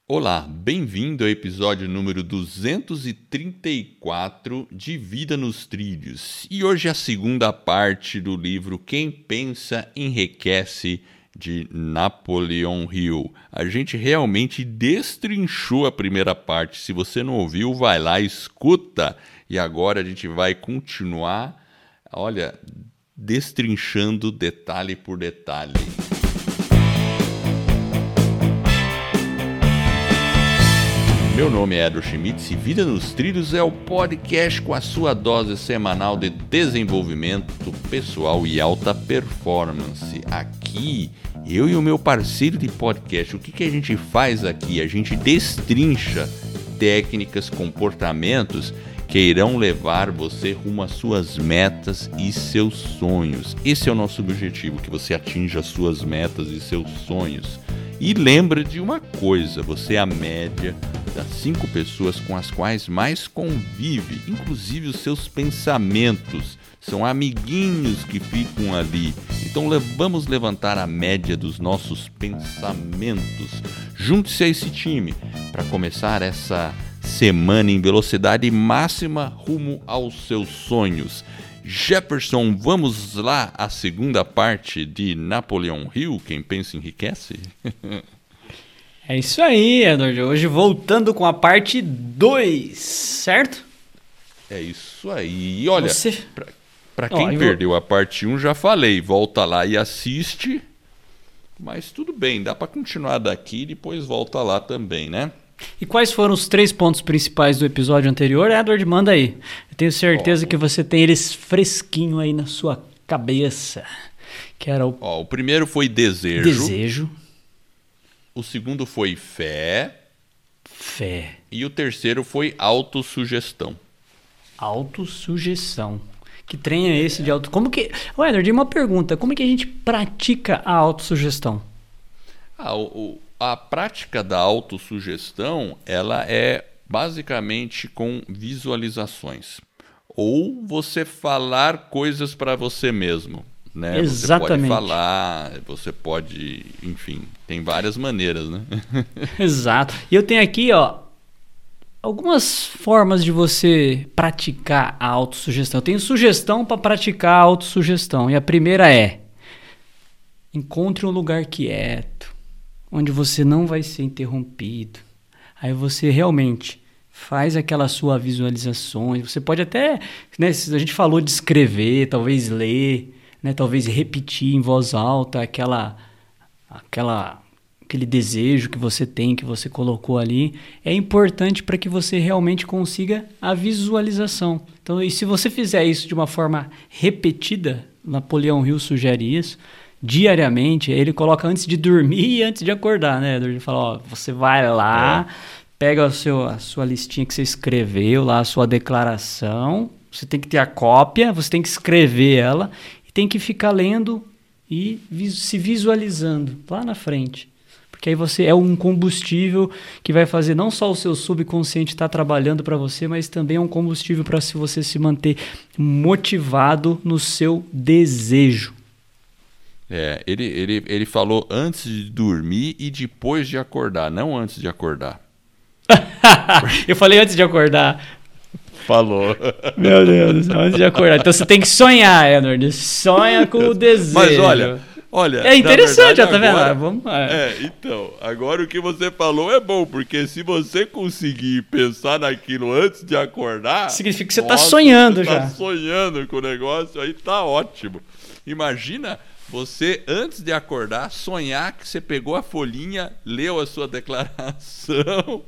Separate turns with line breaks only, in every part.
Olá, bem-vindo ao episódio número 234 de Vida nos Trilhos. E hoje é a segunda parte do livro Quem Pensa Enriquece, de Napoleon Hill. A gente realmente destrinchou a primeira parte. Se você não ouviu, vai lá, escuta. E agora a gente vai continuar, destrinchando detalhe por detalhe. Meu nome é Edward Schmitz e Vida nos Trilhos é o podcast com a sua dose semanal de desenvolvimento pessoal e alta performance. Aqui, eu e o meu parceiro de podcast, o que a gente faz aqui? A gente destrincha técnicas, comportamentos que irão levar você rumo às suas metas e seus sonhos. Esse é o nosso objetivo, que você atinja as suas metas e seus sonhos. E lembra de uma coisa, você é a média das 5 pessoas com as quais mais convive, inclusive os seus pensamentos, são amiguinhos que ficam ali. Então vamos levantar a média dos nossos pensamentos. Junte-se a esse time para começar essa semana em velocidade máxima rumo aos seus sonhos. Jefferson, vamos lá à segunda parte de Napoleon Hill, Quem Pensa Enriquece?
É isso aí, Edward. Hoje voltando com a parte 2, certo?
É isso aí. E olha, para quem perdeu a parte 1, já falei, volta lá e assiste. Mas tudo bem, dá para continuar daqui e depois volta lá também, né?
E quais foram os 3 pontos principais do episódio anterior? Edward, manda aí. Eu tenho certeza que você tem eles fresquinho aí na sua cabeça. Que era
o primeiro foi desejo. O segundo foi fé. E o terceiro foi autossugestão.
Autossugestão. Que trem é esse de auto... Como que... Edward, uma pergunta. Como é que a gente pratica a autossugestão?
A prática da autossugestão, ela é basicamente com visualizações. Ou você falar coisas para você mesmo, né?
Exatamente.
Você pode falar, você pode... Enfim, tem várias maneiras, né?
Exato. E eu tenho aqui, algumas formas de você praticar a autossugestão. Eu tenho sugestão para praticar a autossugestão. E a primeira é: encontre um lugar quieto, onde você não vai ser interrompido. Aí você realmente faz aquelas suas visualizações. Você pode até, né, a gente falou de escrever, talvez ler, né, talvez repetir em voz alta aquele desejo que você tem, que você colocou ali. É importante para que você realmente consiga a visualização. Então, e se você fizer isso de uma forma repetida, Napoleon Hill sugere isso, diariamente, ele coloca antes de dormir e antes de acordar, né? Ele fala, você vai lá, pega a sua listinha que você escreveu lá, a sua declaração, você tem que ter a cópia, você tem que escrever ela e tem que ficar lendo e se visualizando lá na frente. Porque aí você é um combustível que vai fazer não só o seu subconsciente estar trabalhando para você, mas também é um combustível para você se manter motivado no seu desejo.
Ele falou antes de dormir e depois de acordar, não antes de acordar.
Eu falei antes de acordar.
Falou.
Meu Deus do céu, antes de acordar. Então você tem que sonhar, Edward. Sonha com o desejo.
Mas olha...
É interessante,
verdade,
tá vendo?
Agora, então, agora o que você falou é bom, porque se você conseguir pensar naquilo antes de acordar...
Significa que você tá sonhando já.
Tá sonhando com o negócio, aí tá ótimo. Imagina... Você, antes de acordar, sonhar que você pegou a folhinha, leu a sua declaração.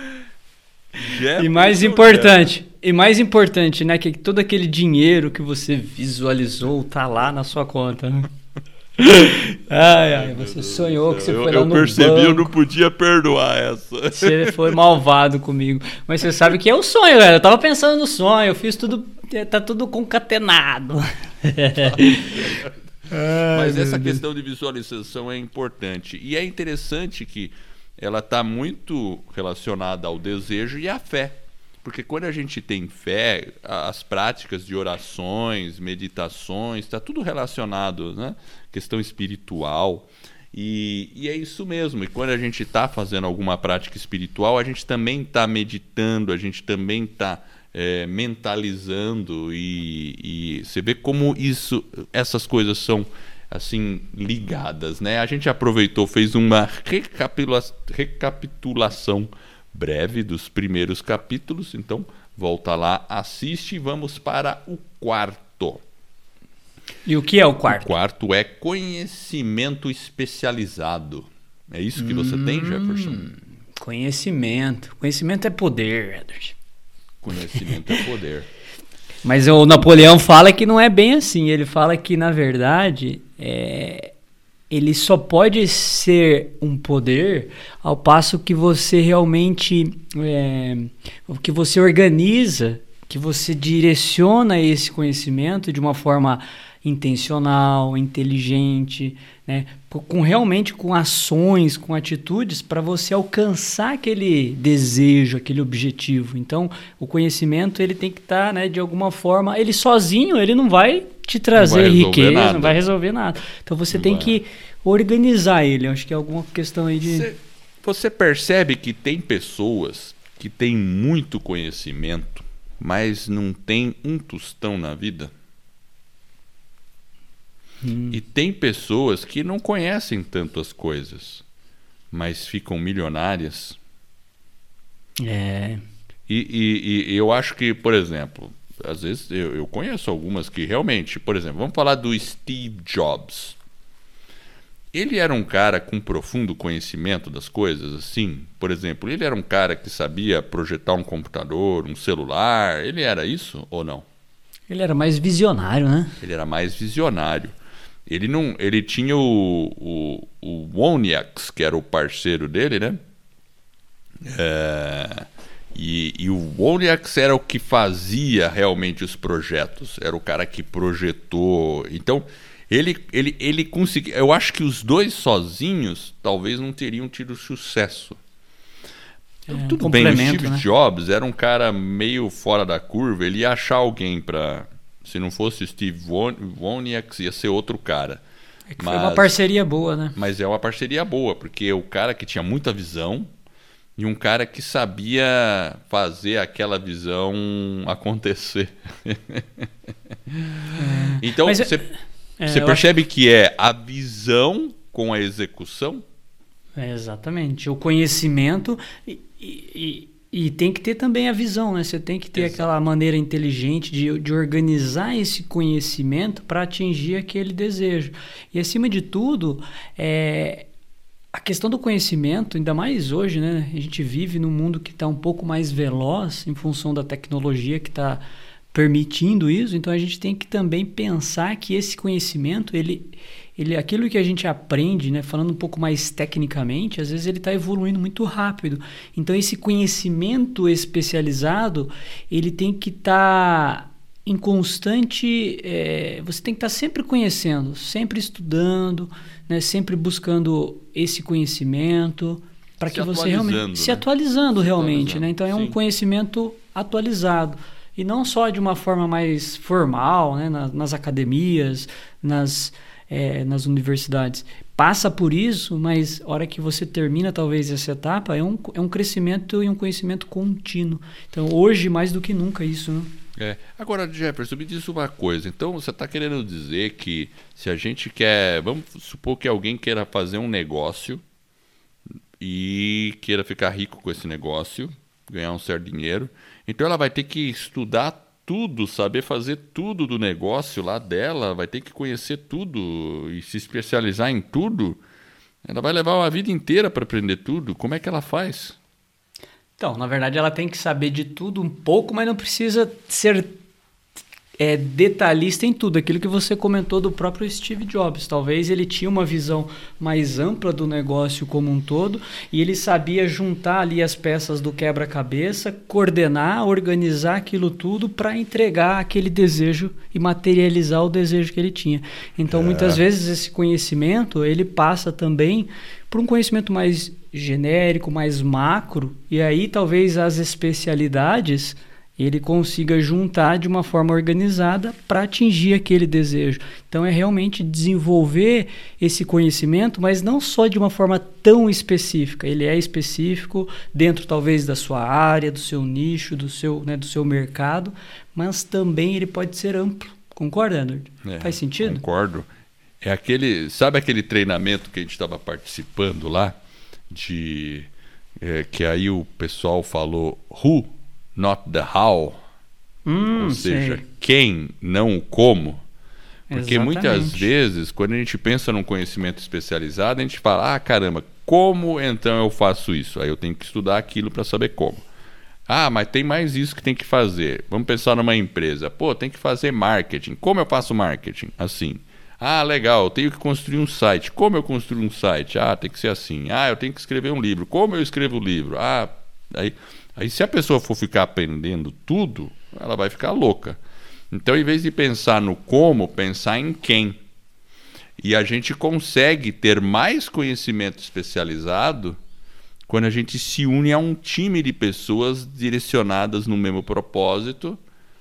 E mais importante, né? Que todo aquele dinheiro que você visualizou tá lá na sua conta. Né? Você sonhou que você foi lá no banco. Eu percebi,
eu não podia perdoar essa.
Você foi malvado comigo. Mas você sabe que é o sonho, galera. Eu tava pensando no sonho, eu fiz tudo, tá tudo concatenado.
Mas essa questão de visualização é importante. E é interessante que ela está muito relacionada ao desejo e à fé. Porque quando a gente tem fé, as práticas de orações, meditações, está tudo relacionado, né? Questão espiritual. E é isso mesmo. E quando a gente está fazendo alguma prática espiritual, a gente também está meditando, a gente também está mentalizando. E você vê como essas coisas são assim ligadas, né? A gente aproveitou, fez uma recapitulação breve dos primeiros capítulos. Então, volta lá, assiste e vamos para o quarto.
E o que é o quarto?
O quarto é conhecimento especializado. É isso que você tem, Jefferson?
Conhecimento. Conhecimento é poder, Edward.
Conhecimento é poder.
Mas o Napoleão fala que não é bem assim. Ele fala que, na verdade, ele só pode ser um poder ao passo que você realmente... que você organiza, que você direciona esse conhecimento de uma forma intencional, inteligente, né? Realmente com ações, com atitudes para você alcançar aquele desejo, aquele objetivo. Então, o conhecimento ele tem que estar, né, de alguma forma, ele sozinho ele não vai te trazer riqueza, não vai resolver nada. Então, você tem que organizar ele. Eu acho que é alguma questão aí de...
Você percebe que tem pessoas que têm muito conhecimento, mas não tem um tostão na vida? E tem pessoas que não conhecem tantas coisas, mas ficam milionárias. E eu acho que, por exemplo, às vezes eu conheço algumas que realmente, por exemplo, vamos falar do Steve Jobs. Ele era um cara com profundo conhecimento das coisas, assim. Por exemplo, ele era um cara que sabia projetar um computador, um celular. Ele era isso ou não?
Ele era mais visionário, né?
Ele era mais visionário. Ele tinha o Wozniak, que era o parceiro dele, né? E o Wozniak era o que fazia realmente os projetos. Era o cara que projetou. Então, ele conseguiu... Eu acho que os dois sozinhos talvez não teriam tido sucesso. Tudo bem, o Steve Jobs era um cara meio fora da curva. Ele ia achar alguém para... Se não fosse o Steve Wozniak, ia ser outro cara.
Foi uma parceria boa, né?
Mas é uma parceria boa, porque o cara que tinha muita visão e um cara que sabia fazer aquela visão acontecer. Então, você percebe que é a visão com a execução?
Exatamente. O conhecimento e tem que ter também a visão, né? Você tem que ter aquela maneira inteligente de organizar esse conhecimento para atingir aquele desejo. E, acima de tudo, a questão do conhecimento, ainda mais hoje, né? A gente vive num mundo que está um pouco mais veloz em função da tecnologia que está permitindo isso. Então, a gente tem que também pensar que esse conhecimento, aquilo que a gente aprende, né, falando um pouco mais tecnicamente, às vezes ele está evoluindo muito rápido. Então, esse conhecimento especializado, ele tem que estar em constante... você tem que estar sempre conhecendo, sempre estudando, né, sempre buscando esse conhecimento para que você realmente... Se atualizando realmente, né? Então, é um conhecimento atualizado. E não só de uma forma mais formal, né, nas academias, nas universidades. Passa por isso, mas a hora que você termina talvez essa etapa, é um crescimento e um conhecimento contínuo. Então, hoje, mais do que nunca, isso, né?
Agora, Jefferson, me diz uma coisa. Então, você está querendo dizer que se a gente quer... Vamos supor que alguém queira fazer um negócio e queira ficar rico com esse negócio, ganhar um certo dinheiro. Então, ela vai ter que estudar tudo, saber fazer tudo do negócio lá dela, vai ter que conhecer tudo e se especializar em tudo. Ela vai levar uma vida inteira para aprender tudo. Como é que ela faz?
Então, na verdade, ela tem que saber de tudo um pouco, mas não precisa ser detalhista em tudo. Aquilo que você comentou do próprio Steve Jobs. Talvez ele tinha uma visão mais ampla do negócio como um todo e ele sabia juntar ali as peças do quebra-cabeça, coordenar, organizar aquilo tudo para entregar aquele desejo e materializar o desejo que ele tinha. Então, muitas vezes, esse conhecimento ele passa também por um conhecimento mais genérico, mais macro, e aí talvez as especialidades ele consiga juntar de uma forma organizada para atingir aquele desejo. Então é realmente desenvolver esse conhecimento, mas não só de uma forma tão específica. Ele é específico dentro talvez da sua área, do seu nicho, do seu mercado, mas também ele pode ser amplo. Concorda, Edward? Faz sentido?
Concordo. Sabe aquele treinamento que a gente estava participando lá, que aí o pessoal falou who, not the how, ou seja, quem, não o como. Porque
Exatamente.
muitas vezes, quando a gente pensa num conhecimento especializado, a gente fala, caramba, como então eu faço isso? Aí eu tenho que estudar aquilo para saber como. Mas tem mais isso que tem que fazer. Vamos pensar numa empresa. Tem que fazer marketing. Como eu faço marketing? Assim. Legal, eu tenho que construir um site. Como eu construo um site? Tem que ser assim. Eu tenho que escrever um livro. Como eu escrevo o livro? Aí se a pessoa for ficar aprendendo tudo, ela vai ficar louca. Então, em vez de pensar no como, pensar em quem. E a gente consegue ter mais conhecimento especializado quando a gente se une a um time de pessoas direcionadas no mesmo propósito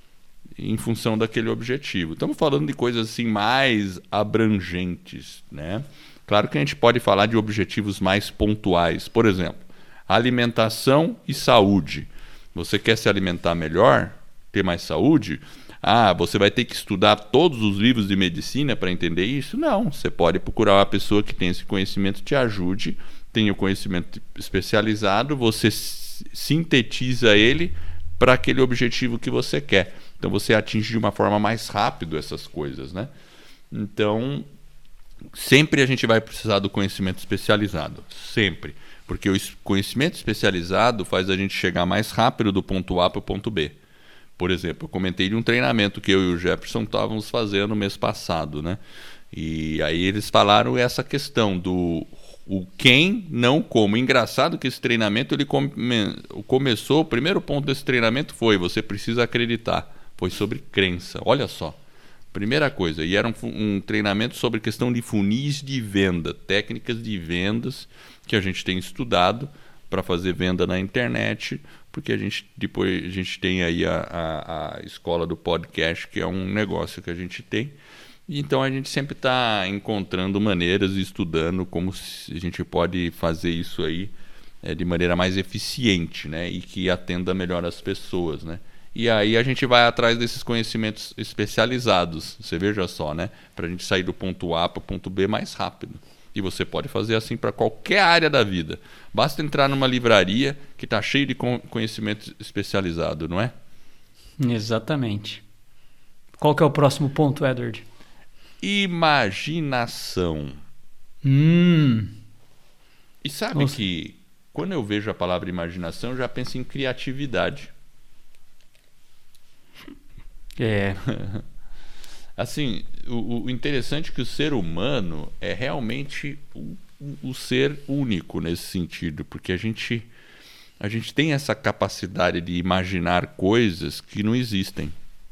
em função daquele objetivo. Estamos falando de coisas assim mais abrangentes, né? Claro que a gente pode falar de objetivos mais pontuais. Por exemplo, alimentação e saúde. Você quer se alimentar melhor? Ter mais saúde? Você vai ter que estudar todos os livros de medicina para entender isso? Não, você pode procurar uma pessoa que tem esse conhecimento, te ajude, tem o conhecimento especializado, você sintetiza ele para aquele objetivo que você quer. Então você atinge de uma forma mais rápida essas coisas, né? Então, sempre a gente vai precisar do conhecimento especializado, sempre. Porque o conhecimento especializado faz a gente chegar mais rápido do ponto A para o ponto B. Por exemplo, eu comentei de um treinamento que eu e o Jefferson estávamos fazendo no mês passado, né? E aí eles falaram essa questão do o quem, não como. Engraçado que esse treinamento ele começou, o primeiro ponto desse treinamento foi você precisa acreditar. Foi sobre crença, olha só. Primeira coisa, e era um treinamento sobre questão de funis de venda, técnicas de vendas que a gente tem estudado para fazer venda na internet, porque a gente tem aí a escola do podcast, que é um negócio que a gente tem. Então a gente sempre está encontrando maneiras e estudando como a gente pode fazer isso aí de maneira mais eficiente, né? E que atenda melhor as pessoas, né? E aí a gente vai atrás desses conhecimentos especializados, você veja só, né? Para a gente sair do ponto A para o ponto B mais rápido. E você pode fazer assim para qualquer área da vida. Basta entrar numa livraria que está cheio de conhecimento especializado, não é?
Exatamente. Qual que é o próximo ponto, Edward?
Imaginação. E sabe que quando eu vejo a palavra imaginação, eu já penso em criatividade. Assim, o interessante é que o ser humano é realmente o ser único nesse sentido, porque a gente tem essa capacidade de imaginar coisas que não existem.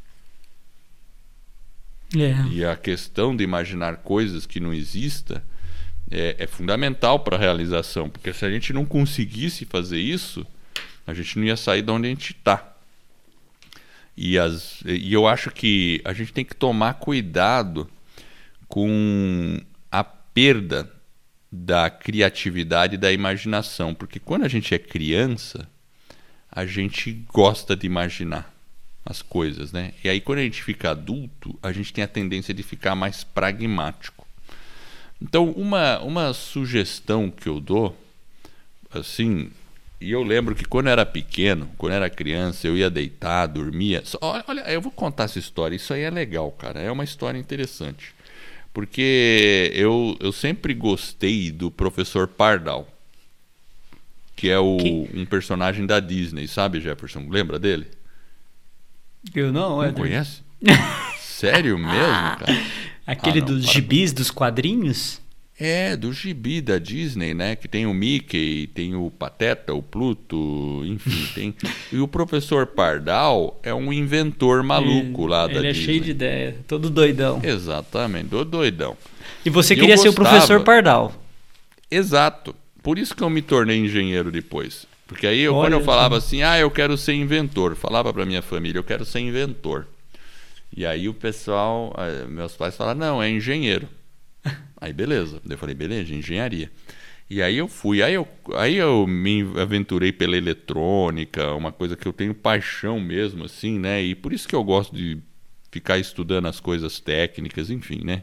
E a questão de imaginar coisas que não existam é fundamental para a realização, porque se a gente não conseguisse fazer isso, a gente não ia sair de onde a gente está. E eu acho que a gente tem que tomar cuidado com a perda da criatividade e da imaginação, porque quando a gente é criança, a gente gosta de imaginar as coisas, né? E aí quando a gente fica adulto, a gente tem a tendência de ficar mais pragmático. Então, uma sugestão que eu dou, assim, e eu lembro que quando eu era pequeno, quando eu era criança, eu ia deitar, dormia. Olha, eu vou contar essa história, isso aí é legal, cara, é uma história interessante. Porque eu sempre gostei do Professor Pardal, que é um personagem da Disney, sabe, Jefferson? Lembra dele?
Eu não
conhece? Sério mesmo, cara?
Aquele dos gibis, dos quadrinhos?
Do gibi da Disney, né? Que tem o Mickey, tem o Pateta, o Pluto, enfim, tem. E o Professor Pardal é um inventor maluco lá da Disney.
Ele é cheio de ideia, todo doidão.
Exatamente, todo doidão.
E você queria ser o Professor Pardal?
Exato. Por isso que eu me tornei engenheiro depois. Porque aí, quando eu falava assim, eu quero ser inventor, falava para minha família, eu quero ser inventor. E aí o pessoal, meus pais falaram, não, é engenheiro. Aí beleza, eu falei, beleza, engenharia. E aí eu fui, aí eu me aventurei pela eletrônica, uma coisa que eu tenho paixão mesmo, assim, né? E por isso que eu gosto de ficar estudando as coisas técnicas, enfim, né?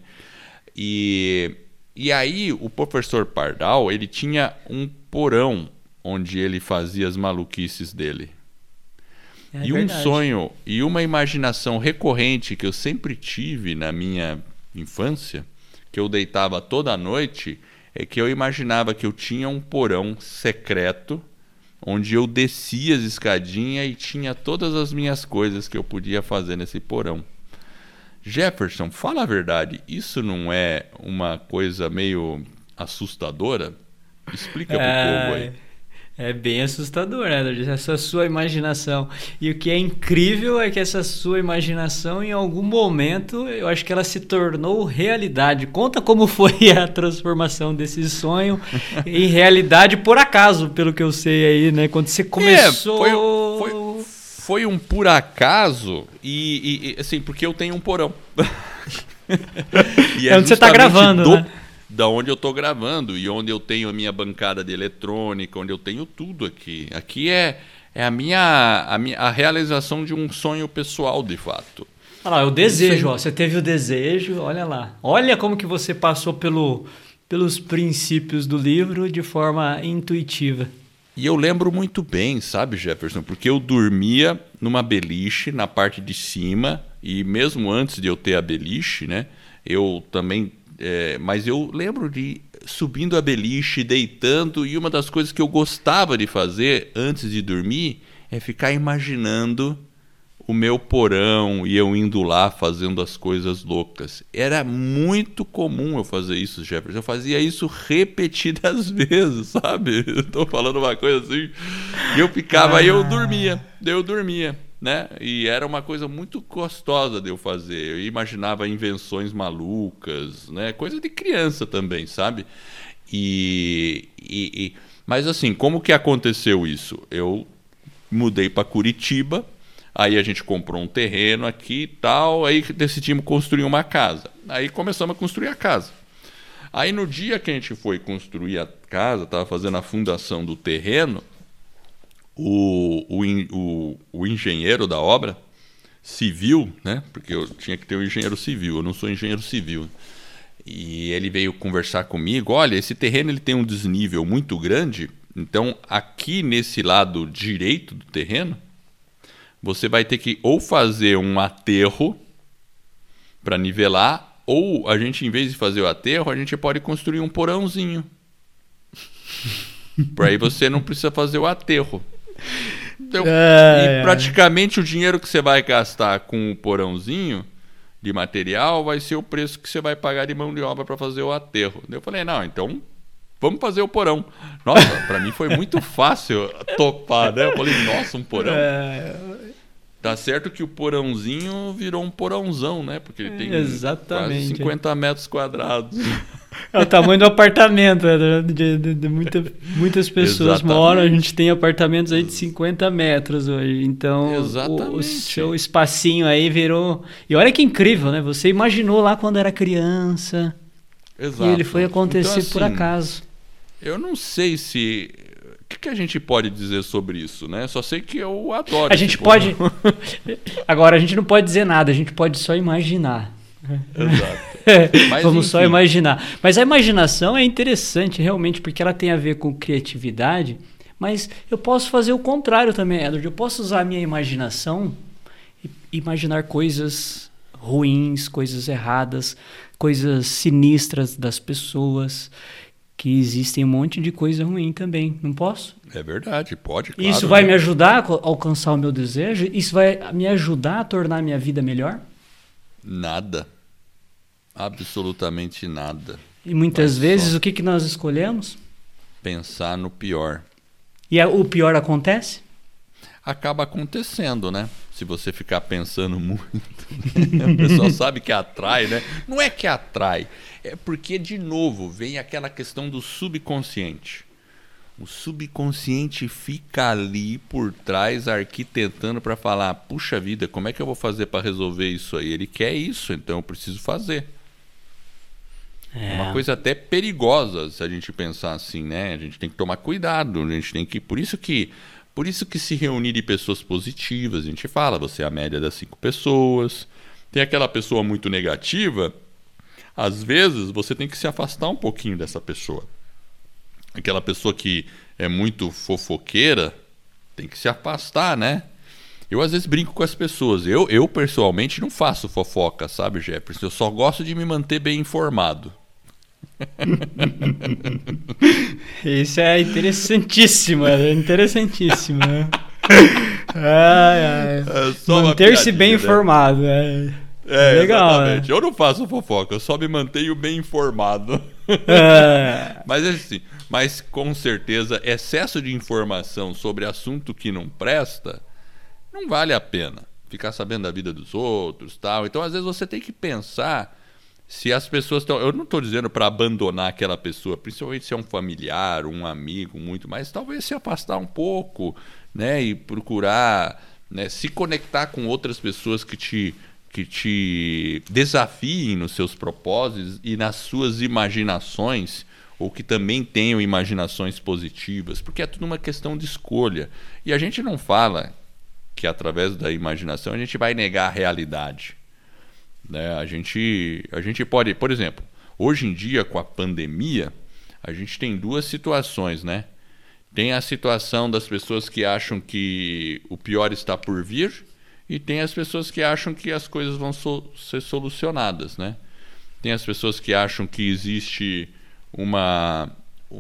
E aí o professor Pardal, ele tinha um porão onde ele fazia as maluquices dele. E um sonho e uma imaginação recorrente que eu sempre tive na minha infância, que eu deitava toda noite, é que eu imaginava que eu tinha um porão secreto onde eu descia as escadinhas e tinha todas as minhas coisas que eu podia fazer nesse porão. Jefferson, fala a verdade, isso não é uma coisa meio assustadora? Explica pro povo aí.
É bem assustador, né? Essa sua imaginação. E o que é incrível é que essa sua imaginação, em algum momento, eu acho que ela se tornou realidade. Conta como foi a transformação desse sonho em realidade, por acaso, pelo que eu sei aí, né? Quando você começou...
Foi um por acaso e assim, porque eu tenho um porão.
E é onde você está gravando, né?
Da onde eu estou gravando e onde eu tenho a minha bancada de eletrônica, onde eu tenho tudo aqui. Aqui é a realização de um sonho pessoal, de fato.
Olha lá, o desejo, ó, você teve o desejo, olha lá. Olha como que você passou pelos princípios do livro de forma intuitiva.
E eu lembro muito bem, sabe, Jefferson? Porque eu dormia numa beliche na parte de cima e mesmo antes de eu ter a beliche, né, eu também... mas eu lembro de subindo a beliche, deitando, e uma das coisas que eu gostava de fazer antes de dormir é ficar imaginando o meu porão e eu indo lá fazendo as coisas loucas. Era muito comum eu fazer isso, Jefferson. Eu fazia isso repetidas vezes, sabe? Eu tô falando uma coisa assim. E eu ficava, eu dormia. Né? E era uma coisa muito gostosa de eu fazer. Eu imaginava invenções malucas, né? Coisa de criança também, sabe? Mas assim, como que aconteceu isso? Eu mudei para Curitiba, aí a gente comprou um terreno aqui e tal, aí decidimos construir uma casa. Aí começamos a construir a casa. Aí no dia que a gente foi construir a casa, estava fazendo a fundação do terreno, o engenheiro da obra civil, né? Porque eu tinha que ter um engenheiro civil, eu não sou engenheiro civil. E ele veio conversar comigo, olha, esse terreno ele tem um desnível muito grande, então aqui nesse lado direito do terreno, você vai ter que ou fazer um aterro para nivelar, ou a gente, em vez de fazer o aterro, a gente pode construir um porãozinho. Para aí você não precisa fazer o aterro. Então, e praticamente o dinheiro que você vai gastar com o porãozinho de material vai ser o preço que você vai pagar de mão de obra para fazer o aterro. Eu falei, não, então vamos fazer o porão. Nossa, para mim foi muito fácil topar, né? Eu falei, nossa, um porão. Tá certo que o porãozinho virou um porãozão, né? Porque ele tem quase 50 metros quadrados.
É o tamanho do apartamento, né? de muitas pessoas moram. A gente tem apartamentos aí de 50 metros hoje. Então, o seu espacinho aí virou... E olha que incrível, né? Você imaginou lá quando era criança.
Exato.
E ele foi acontecer então, assim, por acaso.
Eu não sei se... O que a gente pode dizer sobre isso, né? Só sei que eu adoro.
A gente pode... Agora, a gente não pode dizer nada. A gente pode só imaginar.
Exato. Mas,
vamos só imaginar. Mas a imaginação é interessante realmente porque ela tem a ver com criatividade, mas eu posso fazer o contrário também, Edward. Eu posso usar a minha imaginação e imaginar coisas ruins, coisas erradas, coisas sinistras das pessoas, que existem um monte de coisa ruim também, não posso?
É verdade, pode, claro.
Isso vai me ajudar a alcançar o meu desejo? Isso vai me ajudar a tornar a minha vida melhor?
Nada. Absolutamente nada.
E muitas vezes o que nós escolhemos?
Pensar no pior.
E o pior acontece?
Acaba acontecendo, né? Se você ficar pensando muito. O pessoal sabe que atrai, né? Não é que atrai. É porque, de novo, vem aquela questão do subconsciente. O subconsciente fica ali por trás arquitetando para falar, puxa vida, como é que eu vou fazer para resolver isso aí? Ele quer isso, então eu preciso fazer. É uma coisa até perigosa se a gente pensar assim, né? A gente tem que tomar cuidado, a gente tem que... Por isso que se reunir de pessoas positivas, a gente fala, você é a média das 5 pessoas. Tem aquela pessoa muito negativa, às vezes você tem que se afastar um pouquinho dessa pessoa. Aquela pessoa que é muito fofoqueira, tem que se afastar, né? Eu às vezes brinco com as pessoas. Eu pessoalmente não faço fofoca, sabe, Jefferson? Eu só gosto de me manter bem informado.
Isso é interessantíssimo, interessantíssimo. Manter-se bem informado. Legal,
exatamente. Né? Eu não faço fofoca, eu só me mantenho bem informado. Mas assim, mas com certeza excesso de informação sobre assunto que não presta não vale a pena. Ficar sabendo da vida dos outros, tal. Então às vezes você tem que pensar se as pessoas estão... Eu não estou dizendo para abandonar aquela pessoa, principalmente se é um familiar, um amigo, muito, mas talvez se afastar um pouco, né, e procurar, né, se conectar com outras pessoas que te desafiem nos seus propósitos e nas suas imaginações, ou que também tenham imaginações positivas, porque é tudo uma questão de escolha. E a gente não fala que através da imaginação a gente vai negar a realidade. Né? A gente pode, por exemplo, hoje em dia com a pandemia, a gente tem 2 situações, né? Tem a situação das pessoas que acham que o pior está por vir e tem as pessoas que acham que as coisas vão ser solucionadas, né? Tem as pessoas que acham que existe uma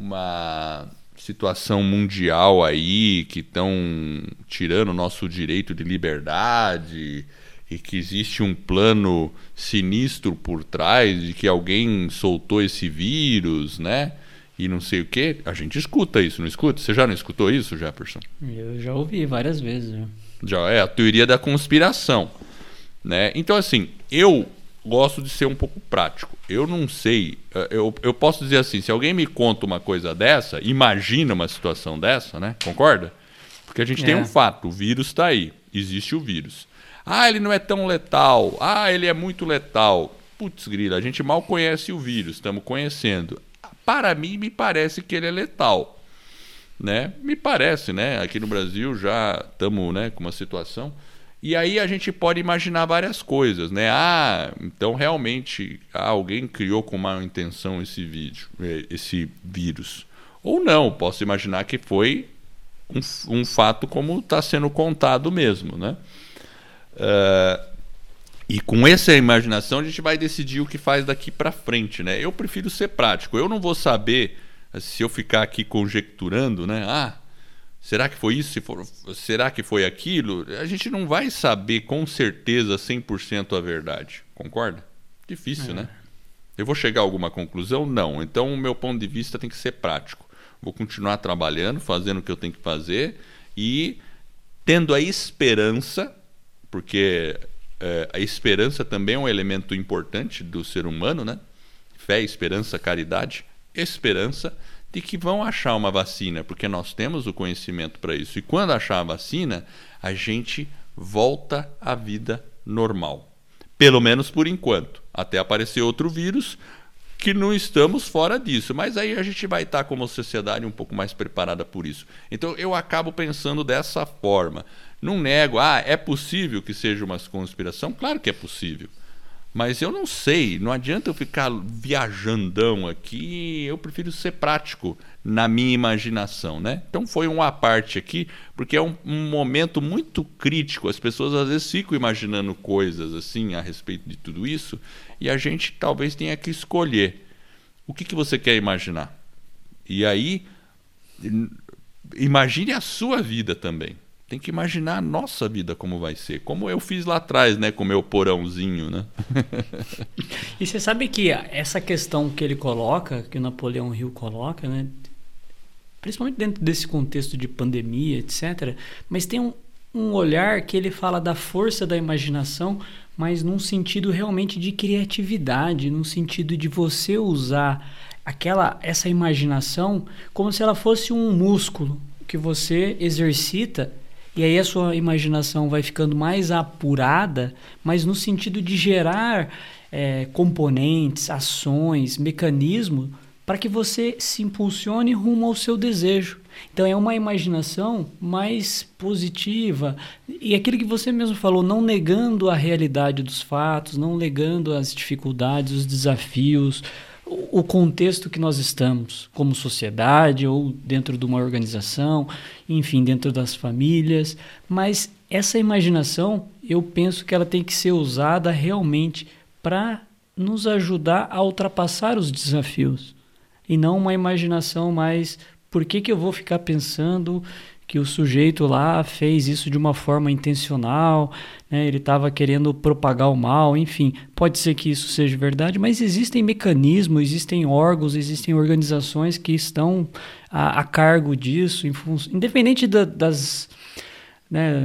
situação mundial aí que estão tirando o nosso direito de liberdade e que existe um plano sinistro por trás de que alguém soltou esse vírus, né? E não sei o quê. A gente escuta isso, não escuta? Você já não escutou isso, Jefferson?
Eu já ouvi várias vezes.
Já é a teoria da conspiração, né? Então, assim, eu gosto de ser um pouco prático. Eu não sei, eu posso dizer assim, se alguém me conta uma coisa dessa, imagina uma situação dessa, né? Concorda? Porque a gente tem um fato, o vírus está aí, existe o vírus. Ah, ele não é tão letal. Ah, ele é muito letal. Putz, grila, a gente mal conhece o vírus, estamos conhecendo. Para mim, me parece que ele é letal. Né? Me parece, né? Aqui no Brasil já estamos, né, com uma situação. E aí a gente pode imaginar várias coisas, né? Ah, então realmente alguém criou com má intenção esse vírus. Ou não, posso imaginar que foi um fato como está sendo contado mesmo, né? E com essa imaginação a gente vai decidir o que faz daqui para frente, né? Eu prefiro ser prático. Eu não vou saber, se eu ficar aqui conjecturando, né? Ah, será que foi isso? Será que foi aquilo? A gente não vai saber com certeza 100% a verdade. Concorda? Difícil, né? Eu vou chegar a alguma conclusão? Não. Então o meu ponto de vista tem que ser prático. Vou continuar trabalhando, fazendo o que eu tenho que fazer e tendo a esperança, porque a esperança também é um elemento importante do ser humano, né? Fé, esperança, caridade. Esperança de que vão achar uma vacina, porque nós temos o conhecimento para isso. E quando achar a vacina, a gente volta à vida normal. Pelo menos por enquanto. Até aparecer outro vírus, que não estamos fora disso. Mas aí a gente vai estar como sociedade um pouco mais preparada por isso. Então eu acabo pensando dessa forma. Não nego, é possível que seja uma conspiração? Claro que é possível. Mas eu não sei, não adianta eu ficar viajandão aqui, eu prefiro ser prático na minha imaginação, né? Então foi uma parte aqui, porque é um momento muito crítico, as pessoas às vezes ficam imaginando coisas assim a respeito de tudo isso, e a gente talvez tenha que escolher o que você quer imaginar. E aí, imagine a sua vida também. Tem que imaginar a nossa vida como vai ser. Como eu fiz lá atrás, né? Com o meu porãozinho, né?
E você sabe que essa questão que ele coloca, que o Napoleão Hill coloca, né? Principalmente dentro desse contexto de pandemia, etc. Mas tem um olhar que ele fala da força da imaginação, mas num sentido realmente de criatividade, num sentido de você usar essa imaginação como se ela fosse um músculo que você exercita, e aí a sua imaginação vai ficando mais apurada, mas no sentido de gerar componentes, ações, mecanismos para que você se impulsione rumo ao seu desejo. Então é uma imaginação mais positiva, e aquilo que você mesmo falou, não negando a realidade dos fatos, não negando as dificuldades, os desafios, o contexto que nós estamos como sociedade ou dentro de uma organização, enfim, dentro das famílias. Mas essa imaginação, eu penso que ela tem que ser usada realmente para nos ajudar a ultrapassar os desafios, e não uma imaginação mais, por que eu vou ficar pensando que o sujeito lá fez isso de uma forma intencional, né? Ele estava querendo propagar o mal, enfim, pode ser que isso seja verdade, mas existem mecanismos, existem órgãos, existem organizações que estão a cargo disso, independente das... né?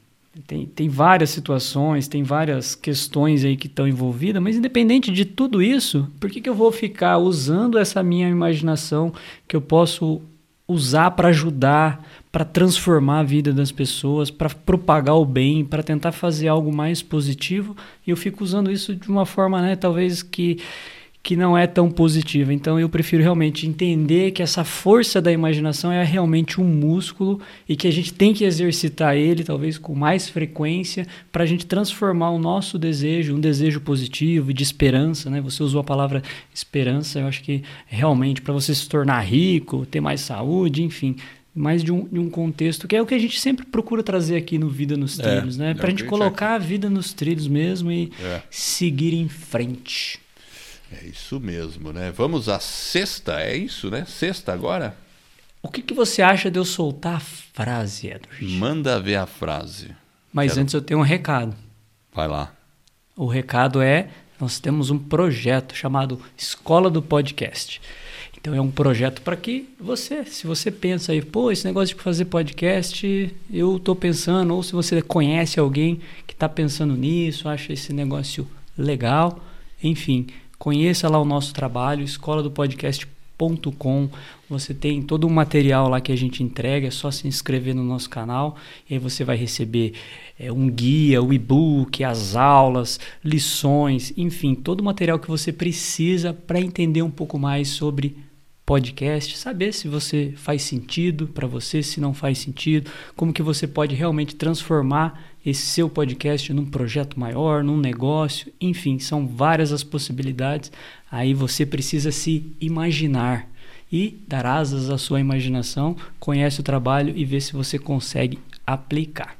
Tem várias situações, tem várias questões aí que estão envolvidas, mas independente de tudo isso, por que eu vou ficar usando essa minha imaginação que eu posso usar para ajudar, para transformar a vida das pessoas, para propagar o bem, para tentar fazer algo mais positivo, e eu fico usando isso de uma forma, né, talvez que não é tão positiva. Então eu prefiro realmente entender que essa força da imaginação é realmente um músculo e que a gente tem que exercitar ele, talvez com mais frequência, para a gente transformar o nosso desejo, um desejo positivo e de esperança, né? Você usou a palavra esperança, eu acho que realmente para você se tornar rico, ter mais saúde, enfim, mais de um contexto, que é o que a gente sempre procura trazer aqui no Vida nos Trilhos, né? Para a gente colocar a vida nos trilhos mesmo e seguir em frente.
É isso mesmo, né? Vamos à sexta, é isso, né? Sexta agora?
O que você acha de eu soltar a frase, Edward?
Manda ver a frase.
Mas antes eu tenho um recado.
Vai lá.
O recado é, nós temos um projeto chamado Escola do Podcast. Então é um projeto para que você, se você pensa aí, pô, esse negócio de fazer podcast, eu estou pensando, ou se você conhece alguém que está pensando nisso, acha esse negócio legal, enfim... Conheça lá o nosso trabalho, escoladopodcast.com. Você tem todo o material lá que a gente entrega, é só se inscrever no nosso canal. E aí você vai receber um guia, o e-book, as aulas, lições, enfim, todo o material que você precisa para entender um pouco mais sobre podcast, saber se você faz sentido para você, se não faz sentido, como que você pode realmente transformar esse seu podcast num projeto maior, num negócio, enfim, são várias as possibilidades. Aí você precisa se imaginar e dar asas à sua imaginação, conhece o trabalho e vê se você consegue aplicar.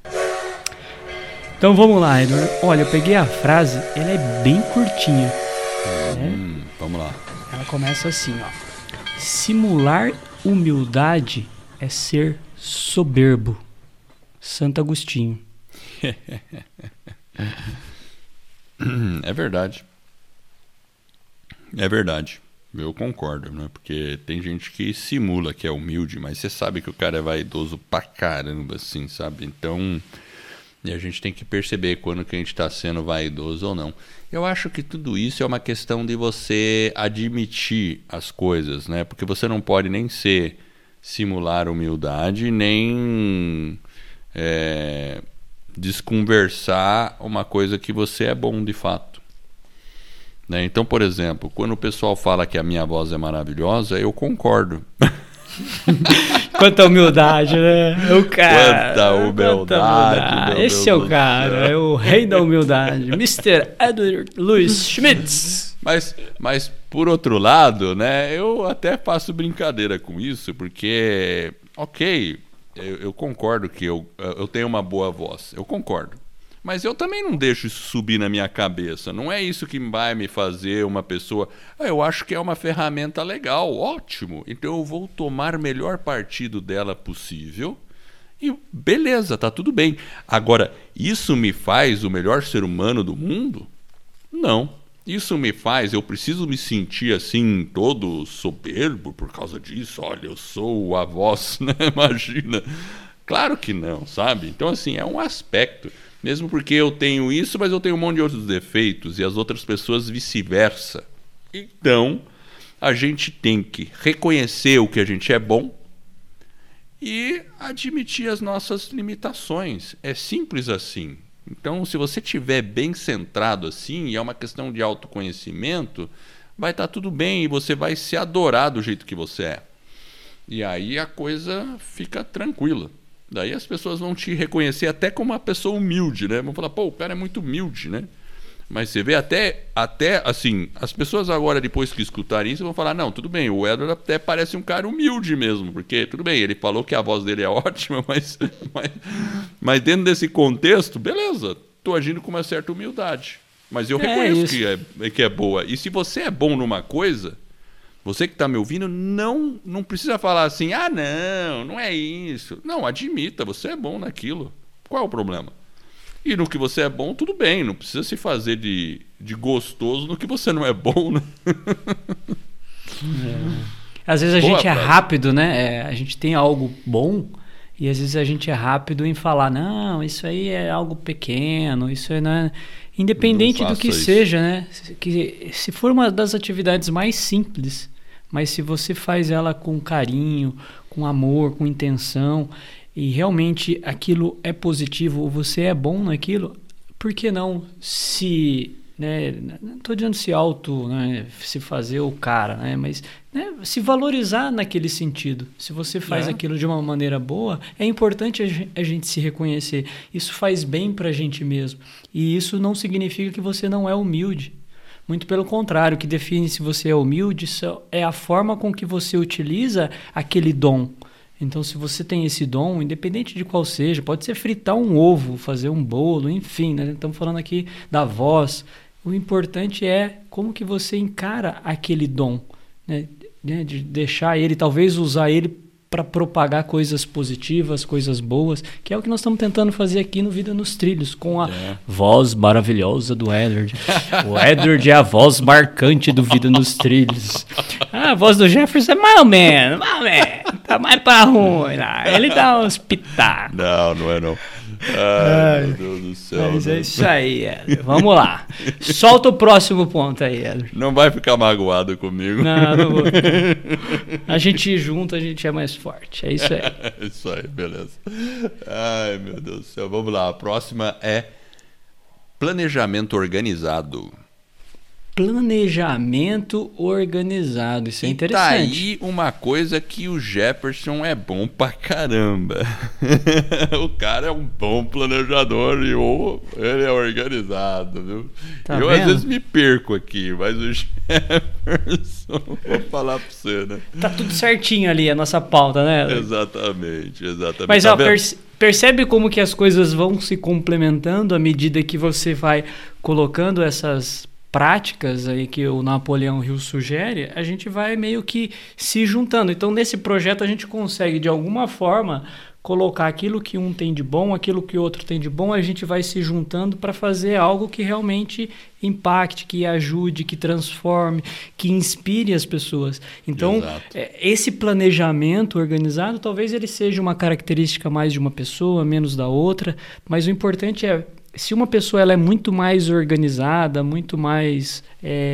Então vamos lá, Edward. Olha, eu peguei a frase, ela é bem curtinha.
Vamos lá.
Ela começa assim, ó. Simular humildade é ser soberbo. Santo Agostinho.
É verdade. É verdade. Eu concordo, né? Porque tem gente que simula que é humilde, mas você sabe que o cara é vaidoso pra caramba, assim, sabe? Então, e a gente tem que perceber quando que a gente tá sendo vaidoso ou não. Eu acho que tudo isso é uma questão de você admitir as coisas, né? Porque você não pode nem simular humildade, nem desconversar uma coisa que você é bom de fato, né? Então, por exemplo, quando o pessoal fala que a minha voz é maravilhosa, eu concordo.
Quanta humildade, né? O cara.
Quanta humildade.
Esse é o cara, é o rei da humildade. Mr. Edward Louis Schmitz.
Mas por outro lado, né, eu até faço brincadeira com isso, porque, ok, eu concordo que eu tenho uma boa voz, eu concordo. Mas eu também não deixo isso subir na minha cabeça. Não é isso que vai me fazer uma pessoa... eu acho que é uma ferramenta legal, ótimo. Então eu vou tomar melhor partido dela possível. E beleza, tá tudo bem. Agora, isso me faz o melhor ser humano do mundo? Não. Isso me faz... Eu preciso me sentir assim, todo soberbo por causa disso. Olha, eu sou a voz, né? Imagina. Claro que não, sabe? Então, assim, é um aspecto... Mesmo porque eu tenho isso, mas eu tenho um monte de outros defeitos e as outras pessoas vice-versa. Então, a gente tem que reconhecer o que a gente é bom e admitir as nossas limitações. É simples assim. Então, se você estiver bem centrado assim, e é uma questão de autoconhecimento, vai estar tudo bem e você vai se adorar do jeito que você é. E aí a coisa fica tranquila. Daí as pessoas vão te reconhecer até como uma pessoa humilde, né? Vão falar, pô, o cara é muito humilde, né? Mas você vê até assim, as pessoas agora, depois que escutarem isso, vão falar, não, tudo bem, o Edward até parece um cara humilde mesmo, porque, tudo bem, ele falou que a voz dele é ótima, mas dentro desse contexto, beleza, estou agindo com uma certa humildade. Mas eu reconheço que é boa. E se você é bom numa coisa, você que está me ouvindo, não precisa falar assim, não é isso. Não, admita, você é bom naquilo. Qual é o problema? E no que você é bom, tudo bem. Não precisa se fazer de gostoso no que você não é bom, né?
Às vezes a gente é rápido, né? A gente tem algo bom e às vezes a gente é rápido em falar, não, isso aí é algo pequeno, isso aí não é... Independente do que seja, né? Que, se for uma das atividades mais simples, mas se você faz ela com carinho, com amor, com intenção... e realmente aquilo é positivo, ou você é bom naquilo, por que não se, né, não estou dizendo se fazer o cara, né, mas né, se valorizar naquele sentido. Se você faz aquilo de uma maneira boa, é importante a gente se reconhecer. Isso faz bem para a gente mesmo. E isso não significa que você não é humilde. Muito pelo contrário, o que define se você é humilde é a forma com que você utiliza aquele dom. Então, se você tem esse dom, independente de qual seja, pode ser fritar um ovo, fazer um bolo, enfim, né? Estamos falando aqui da voz. O importante é como que você encara aquele dom, né? De deixar ele, talvez usar ele para propagar coisas positivas, coisas boas, que é o que nós estamos tentando fazer aqui no Vida nos Trilhos, com a voz maravilhosa do Edward. O Edward é a voz marcante do Vida nos Trilhos. A voz do Jefferson é mais ou menos, tá mais pra ruim lá. Ele dá uns pitacos.
Não é não. Ai, meu Deus do céu.
Mas é isso aí, Edward. Vamos lá. Solta o próximo ponto aí, Edward.
Não vai ficar magoado comigo.
Não vou. A gente junto, a gente é mais forte. É isso aí.
Isso aí, beleza. Ai, meu Deus do céu. Vamos lá. A próxima é planejamento organizado.
Planejamento organizado, isso é interessante.
Tá aí uma coisa que o Jefferson é bom pra caramba. O cara é um bom planejador e ele é organizado, viu?
Tá
eu
vendo?
Às vezes me perco aqui, mas o Jefferson, vou falar pra você, né?
Tá tudo certinho ali, a nossa pauta, né?
Exatamente.
Mas
tá
percebe como que as coisas vão se complementando à medida que você vai colocando essas práticas aí que o Napoleão Hill sugere, a gente vai meio que se juntando. Então, nesse projeto, a gente consegue, de alguma forma, colocar aquilo que um tem de bom, aquilo que o outro tem de bom, a gente vai se juntando para fazer algo que realmente impacte, que ajude, que transforme, que inspire as pessoas. Então, esse planejamento organizado, talvez ele seja uma característica mais de uma pessoa, menos da outra, mas o importante é, se uma pessoa ela é muito mais organizada, muito mais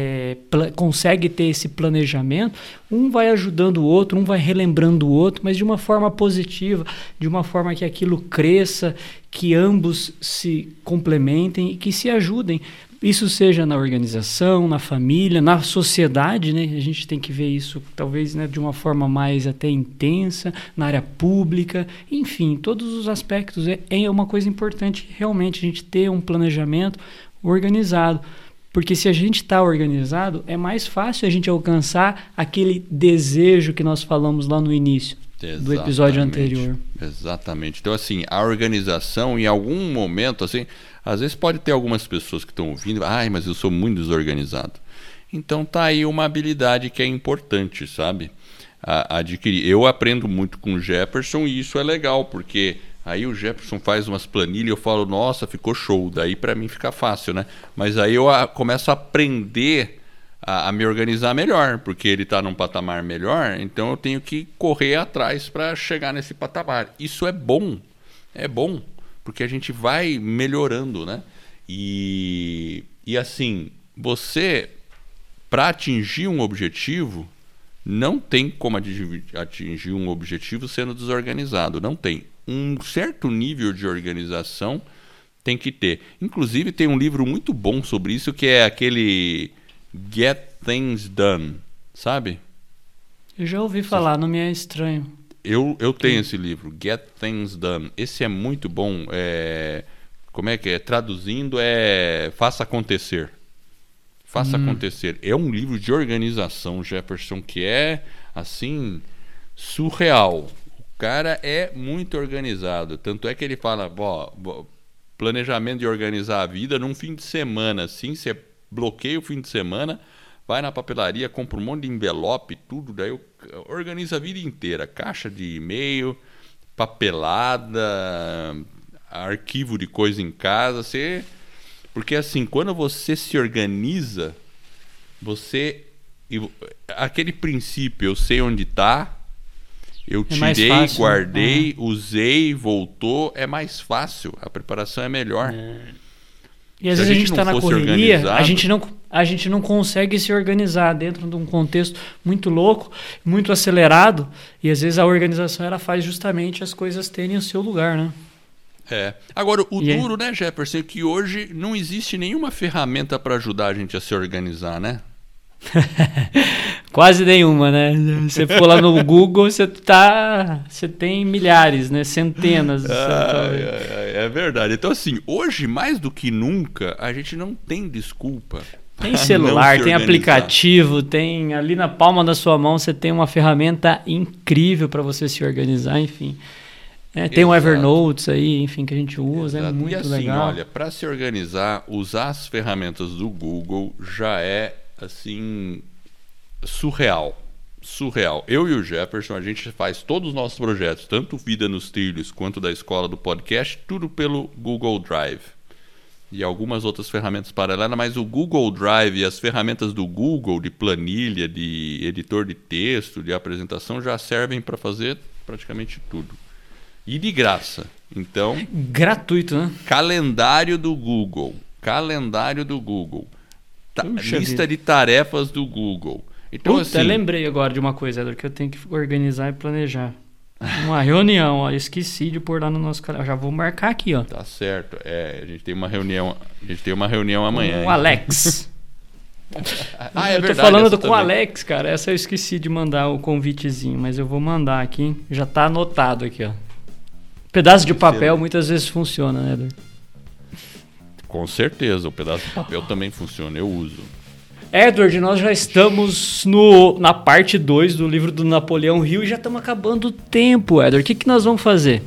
consegue ter esse planejamento, um vai ajudando o outro, um vai relembrando o outro, mas de uma forma positiva, de uma forma que aquilo cresça, que ambos se complementem e que se ajudem. Isso seja na organização, na família, na sociedade, né? A gente tem que ver isso talvez, né, de uma forma mais até intensa, na área pública, enfim, todos os aspectos. É uma coisa importante realmente a gente ter um planejamento organizado, porque se a gente está organizado, é mais fácil a gente alcançar aquele desejo que nós falamos lá no início do episódio anterior.
Exatamente. Então, assim, a organização, em algum momento, assim, às vezes pode ter algumas pessoas que estão ouvindo, mas eu sou muito desorganizado. Então tá aí uma habilidade que é importante, sabe? Adquirir. Eu aprendo muito com o Jefferson e isso é legal, porque aí o Jefferson faz umas planilhas e eu falo, nossa, ficou show. Daí para mim fica fácil, né? Mas aí eu começo a aprender a me organizar melhor, porque ele está num patamar melhor, então eu tenho que correr atrás para chegar nesse patamar. Isso é bom, porque a gente vai melhorando, né? E assim, você, para atingir um objetivo, Não tem como atingir um objetivo sendo desorganizado. Não tem. Um certo nível de organização tem que ter. Inclusive, tem um livro muito bom sobre isso, que é aquele Get Things Done, sabe?
Eu já ouvi falar, não me é estranho.
Eu tenho esse livro, Get Things Done. Esse é muito bom. Como é que é? Traduzindo, Faça Acontecer. Faça Acontecer. É um livro de organização, Jefferson, que é, assim, surreal. O cara é muito organizado. Tanto é que ele fala, planejamento de organizar a vida num fim de semana. Assim, você bloqueia o fim de semana, vai na papelaria, compra um monte de envelope, tudo, daí organiza a vida inteira. Caixa de e-mail, papelada, arquivo de coisa em casa, porque assim, quando você se organiza, aquele princípio, eu sei onde está, eu tirei,
fácil,
guardei, usei, voltou, é mais fácil, a preparação é melhor.
E às vezes a gente está na correria, a gente não consegue se organizar dentro de um contexto muito louco, muito acelerado, e às vezes a organização ela faz justamente as coisas terem o seu lugar, né?
Agora, duro, né, Jefferson, é que hoje não existe nenhuma ferramenta para ajudar a gente a se organizar, né?
Quase nenhuma, né? Você for lá no Google, você tem milhares, né? Centenas.
É verdade. Então, assim, hoje, mais do que nunca, a gente não tem desculpa.
Tem celular, tem aplicativo, tem ali na palma da sua mão, você tem uma ferramenta incrível para você se organizar, enfim. Tem o Evernote aí, enfim, que a gente usa, é muito legal. E assim,
olha, para se organizar, usar as ferramentas do Google já é, assim, surreal. Eu e o Jefferson, a gente faz todos os nossos projetos, tanto Vida nos Trilhos quanto da Escola do Podcast, tudo pelo Google Drive. E algumas outras ferramentas paralelas, mas o Google Drive e as ferramentas do Google, de planilha, de editor de texto, de apresentação, já servem para fazer praticamente tudo. E de graça. Então,
gratuito, né?
Calendário do Google. Lista de tarefas do Google. Então, assim,
lembrei agora de uma coisa, Edward, que eu tenho que organizar e planejar. Uma reunião, ó, esqueci de pôr lá no nosso canal. Já vou marcar aqui, ó.
Tá certo. A gente tem uma reunião amanhã.
Com o Alex.
É
eu tô falando com o Alex, cara. Essa eu esqueci de mandar o convitezinho, mas eu vou mandar aqui. Já tá anotado aqui, ó. Pedaço de papel muitas vezes funciona, né, Edward?
Com certeza, o pedaço de papel também funciona, eu uso.
Edward, nós já estamos na parte 2 do livro do Napoleão Hill e já estamos acabando o tempo, Edward. O que nós vamos fazer?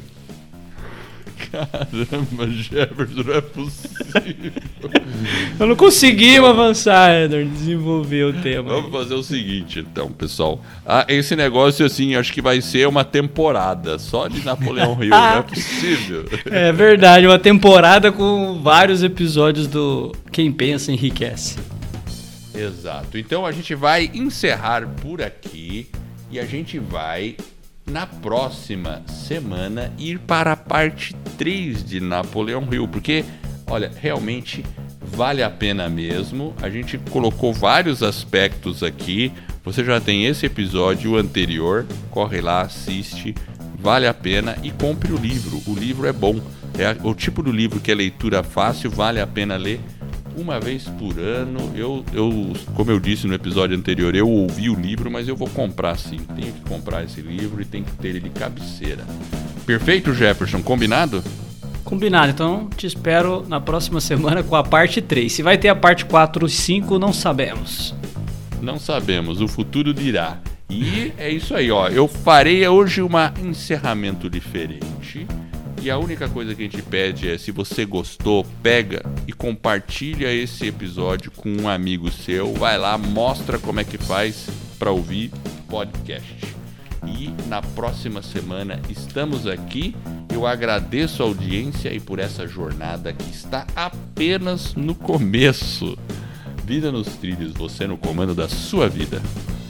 Caramba, Jefferson, não é possível.
Eu não conseguimos avançar, Edward, desenvolver o tema.
Vamos fazer o seguinte, então, pessoal. Esse negócio, assim, acho que vai ser uma temporada só de Napoleão Hill, não é possível.
É verdade, uma temporada com vários episódios do Quem Pensa Enriquece.
Exato. Então a gente vai encerrar por aqui e a gente vai, na próxima semana, ir para a parte 3 de Napoleão Hill, porque, olha, realmente vale a pena mesmo. A gente colocou vários aspectos aqui. Você já tem esse episódio anterior, corre lá, assiste, vale a pena e compre o livro. O livro é bom. É o tipo do livro que é leitura fácil, vale a pena ler. Uma vez por ano, como eu disse no episódio anterior, eu ouvi o livro, mas eu vou comprar sim. Tenho que comprar esse livro e tenho que ter ele de cabeceira. Perfeito, Jefferson? Combinado?
Combinado. Então, te espero na próxima semana com a parte 3. Se vai ter a parte 4 ou 5, não sabemos.
Não sabemos, o futuro dirá. E é isso aí, ó. Eu farei hoje um encerramento diferente. E a única coisa que a gente pede é, se você gostou, pega e compartilha esse episódio com um amigo seu. Vai lá, mostra como é que faz para ouvir podcast. E na próxima semana estamos aqui. Eu agradeço a audiência e por essa jornada que está apenas no começo. Vida nos Trilhos, você no comando da sua vida.